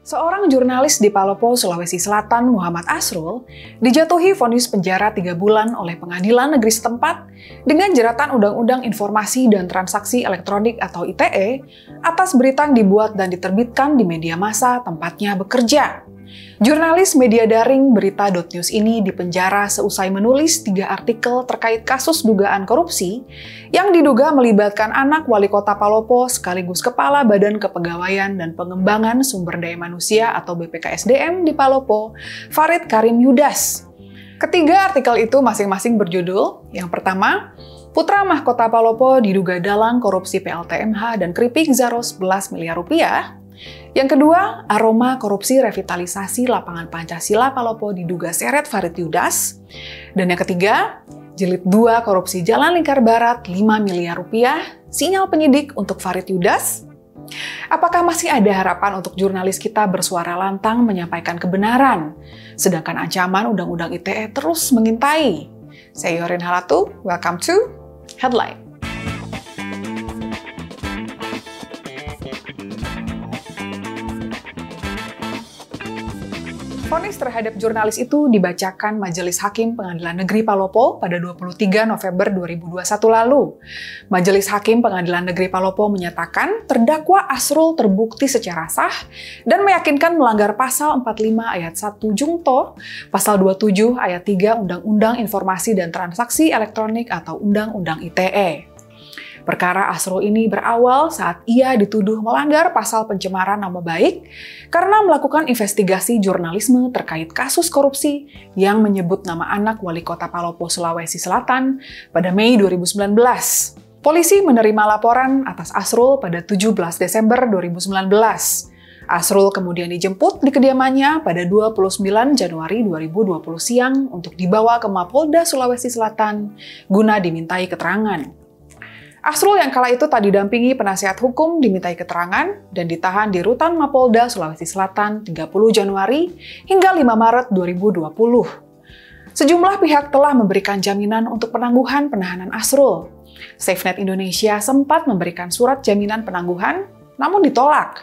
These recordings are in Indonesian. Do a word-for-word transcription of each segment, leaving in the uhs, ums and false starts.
Seorang jurnalis di Palopo, Sulawesi Selatan, Muhammad Asrul, dijatuhi vonis penjara tiga bulan oleh pengadilan negeri setempat dengan jeratan Undang-Undang Informasi dan Transaksi Elektronik atau I T E atas berita yang dibuat dan diterbitkan di media massa tempatnya bekerja. Jurnalis media daring berita dot news ini dipenjara seusai menulis tiga artikel terkait kasus dugaan korupsi yang diduga melibatkan anak wali kota Palopo sekaligus kepala Badan Kepegawaian dan Pengembangan Sumber Daya Manusia atau B P K S D M di Palopo, Farid Karim Yudas. Ketiga artikel itu masing-masing berjudul, yang pertama, Putra Mahkota Palopo diduga dalang korupsi P L T M H dan keripik Zaro sebelas miliar rupiah. Yang kedua, aroma korupsi revitalisasi lapangan Pancasila Palopo diduga seret Farid Yudas. Dan yang ketiga, jilid dua korupsi Jalan Lingkar Barat lima miliar rupiah, sinyal penyidik untuk Farid Yudas. Apakah masih ada harapan untuk jurnalis kita bersuara lantang menyampaikan kebenaran, sedangkan ancaman Undang-Undang I T E terus mengintai? Saya Yorin Halatu, welcome to Headline. Vonis terhadap jurnalis itu dibacakan Majelis Hakim Pengadilan Negeri Palopo pada dua puluh tiga November dua ribu dua puluh satu lalu. Majelis Hakim Pengadilan Negeri Palopo menyatakan terdakwa Asrul terbukti secara sah dan meyakinkan melanggar pasal empat puluh lima ayat satu Jungto, pasal dua puluh tujuh ayat tiga Undang-Undang Informasi dan Transaksi Elektronik atau Undang-Undang I T E. Perkara Asrul ini berawal saat ia dituduh melanggar pasal pencemaran nama baik karena melakukan investigasi jurnalisme terkait kasus korupsi yang menyebut nama anak wali kota Palopo, Sulawesi Selatan pada Mei dua ribu sembilan belas. Polisi menerima laporan atas Asrul pada tujuh belas Desember dua ribu sembilan belas. Asrul kemudian dijemput di kediamannya pada dua puluh sembilan Januari dua ribu dua puluh siang untuk dibawa ke Mapolda Sulawesi Selatan guna dimintai keterangan. Asrul yang kala itu tak didampingi penasihat hukum dimintai keterangan dan ditahan di Rutan Mapolda Sulawesi Selatan tiga puluh Januari hingga lima Maret dua ribu dua puluh. Sejumlah pihak telah memberikan jaminan untuk penangguhan penahanan Asrul. SafeNet Indonesia sempat memberikan surat jaminan penangguhan, namun ditolak.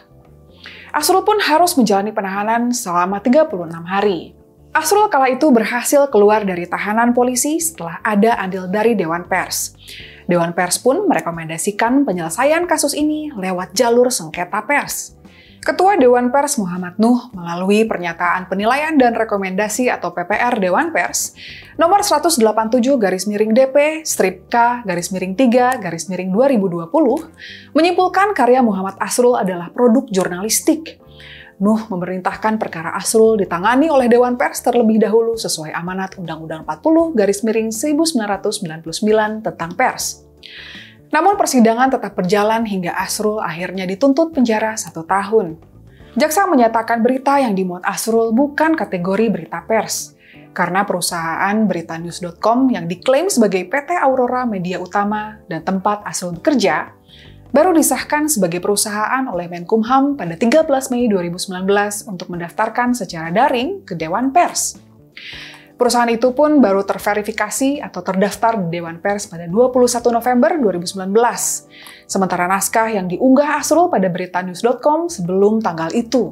Asrul pun harus menjalani penahanan selama tiga puluh enam hari. Asrul kala itu berhasil keluar dari tahanan polisi setelah ada andil dari Dewan Pers. Dewan Pers pun merekomendasikan penyelesaian kasus ini lewat jalur sengketa pers. Ketua Dewan Pers Muhammad Nuh melalui pernyataan penilaian dan rekomendasi atau P P R Dewan Pers nomor seratus delapan puluh tujuh garis miring D P strip K garis miring tiga garis miring dua ribu dua puluh menyimpulkan karya Muhammad Asrul adalah produk jurnalistik. Nuh memerintahkan perkara Asrul ditangani oleh Dewan Pers terlebih dahulu sesuai amanat Undang-Undang empat puluh garis miring seribu sembilan ratus sembilan puluh sembilan tentang pers. Namun persidangan tetap berjalan hingga Asrul akhirnya dituntut penjara satu tahun. Jaksa menyatakan berita yang dimuat Asrul bukan kategori berita pers, karena perusahaan berita news dot com yang diklaim sebagai P T Aurora Media Utama dan tempat Asrul bekerja, baru disahkan sebagai perusahaan oleh Menkumham pada tiga belas Mei dua ribu sembilan belas untuk mendaftarkan secara daring ke Dewan Pers. Perusahaan itu pun baru terverifikasi atau terdaftar di Dewan Pers pada dua puluh satu November dua ribu sembilan belas, sementara naskah yang diunggah Asrul pada berita news dot com sebelum tanggal itu.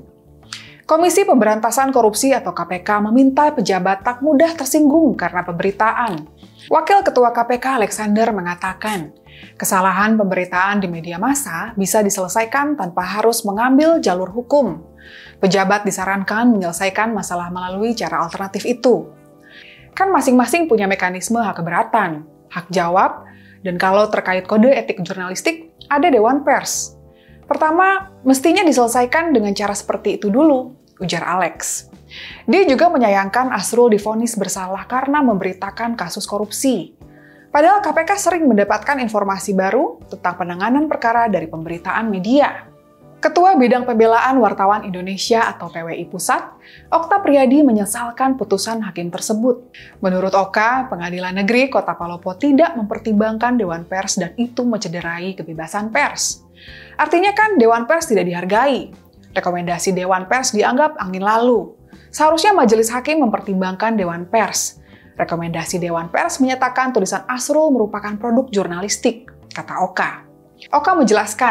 Komisi Pemberantasan Korupsi atau K P K meminta pejabat tak mudah tersinggung karena pemberitaan. Wakil Ketua K P K Alexander mengatakan, kesalahan pemberitaan di media massa bisa diselesaikan tanpa harus mengambil jalur hukum. Pejabat disarankan menyelesaikan masalah melalui cara alternatif itu. Kan masing-masing punya mekanisme hak keberatan, hak jawab, dan kalau terkait kode etik jurnalistik, ada Dewan Pers. Pertama, mestinya diselesaikan dengan cara seperti itu dulu, ujar Alex. Dia juga menyayangkan Asrul divonis bersalah karena memberitakan kasus korupsi. Padahal K P K sering mendapatkan informasi baru tentang penanganan perkara dari pemberitaan media. Ketua Bidang Pembelaan Wartawan Indonesia atau P W I Pusat, Okta Priyadi menyesalkan putusan hakim tersebut. Menurut Oka, Pengadilan Negeri Kota Palopo tidak mempertimbangkan Dewan Pers dan itu mencederai kebebasan pers. Artinya kan Dewan Pers tidak dihargai. Rekomendasi Dewan Pers dianggap angin lalu. Seharusnya Majelis Hakim mempertimbangkan Dewan Pers. Rekomendasi Dewan Pers menyatakan tulisan Asrul merupakan produk jurnalistik, kata Oka. Oka menjelaskan,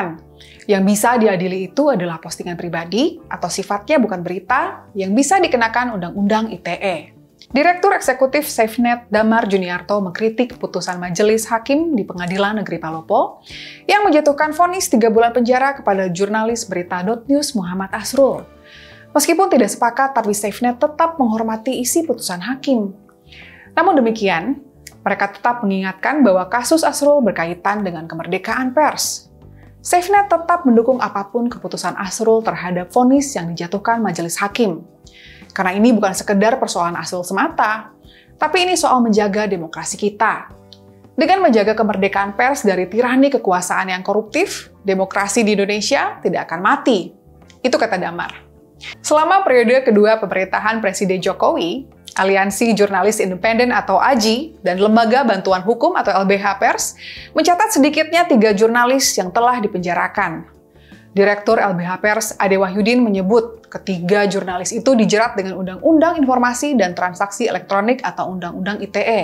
Yang bisa diadili itu adalah postingan pribadi atau sifatnya bukan berita yang bisa dikenakan Undang-Undang I T E. Direktur Eksekutif SafeNet Damar Juniarto mengkritik putusan Majelis Hakim di Pengadilan Negeri Palopo yang menjatuhkan vonis tiga bulan penjara kepada jurnalis berita .news Muhammad Asrul. Meskipun tidak sepakat, tapi SafeNet tetap menghormati isi putusan hakim. Namun demikian, mereka tetap mengingatkan bahwa kasus Asrul berkaitan dengan kemerdekaan pers. SafeNet tetap mendukung apapun keputusan Asrul terhadap vonis yang dijatuhkan Majelis Hakim. Karena ini bukan sekedar persoalan Asrul semata, tapi ini soal menjaga demokrasi kita. Dengan menjaga kemerdekaan pers dari tirani kekuasaan yang koruptif, demokrasi di Indonesia tidak akan mati. Itu kata Damar. Selama periode kedua pemerintahan Presiden Jokowi, Aliansi Jurnalis Independen atau A J I dan Lembaga Bantuan Hukum atau L B H Pers mencatat sedikitnya tiga jurnalis yang telah dipenjarakan. Direktur L B H Pers Ade Wahyudin menyebut ketiga jurnalis itu dijerat dengan Undang-Undang Informasi dan Transaksi Elektronik atau Undang-Undang I T E.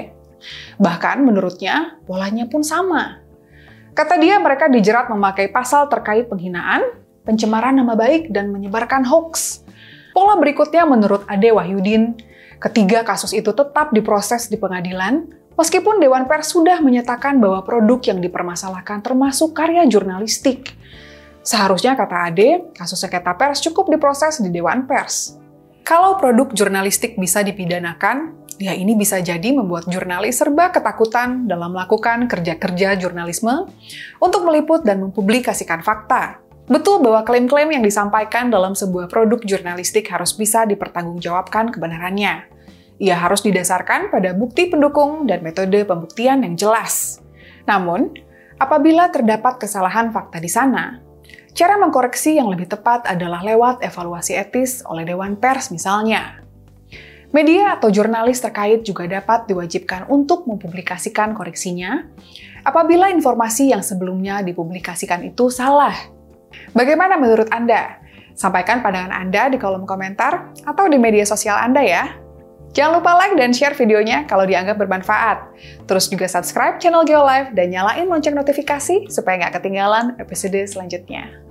Bahkan menurutnya, polanya pun sama. Kata dia mereka dijerat memakai pasal terkait penghinaan, pencemaran nama baik, dan menyebarkan hoaks. Pola berikutnya menurut Ade Wahyudin, ketiga kasus itu tetap diproses di pengadilan, meskipun Dewan Pers sudah menyatakan bahwa produk yang dipermasalahkan termasuk karya jurnalistik. Seharusnya, kata Ade, kasus sengketa pers cukup diproses di Dewan Pers. Kalau produk jurnalistik bisa dipidanakan, ya ini bisa jadi membuat jurnalis serba ketakutan dalam melakukan kerja-kerja jurnalisme untuk meliput dan mempublikasikan fakta. Betul bahwa klaim-klaim yang disampaikan dalam sebuah produk jurnalistik harus bisa dipertanggungjawabkan kebenarannya. Ia harus didasarkan pada bukti pendukung dan metode pembuktian yang jelas. Namun, apabila terdapat kesalahan fakta di sana, cara mengkoreksi yang lebih tepat adalah lewat evaluasi etis oleh Dewan Pers misalnya. Media atau jurnalis terkait juga dapat diwajibkan untuk mempublikasikan koreksinya apabila informasi yang sebelumnya dipublikasikan itu salah. Bagaimana menurut Anda? Sampaikan pandangan Anda di kolom komentar atau di media sosial Anda ya. Jangan lupa like dan share videonya kalau dianggap bermanfaat. Terus juga subscribe channel Geolive dan nyalain lonceng notifikasi supaya nggak ketinggalan episode selanjutnya.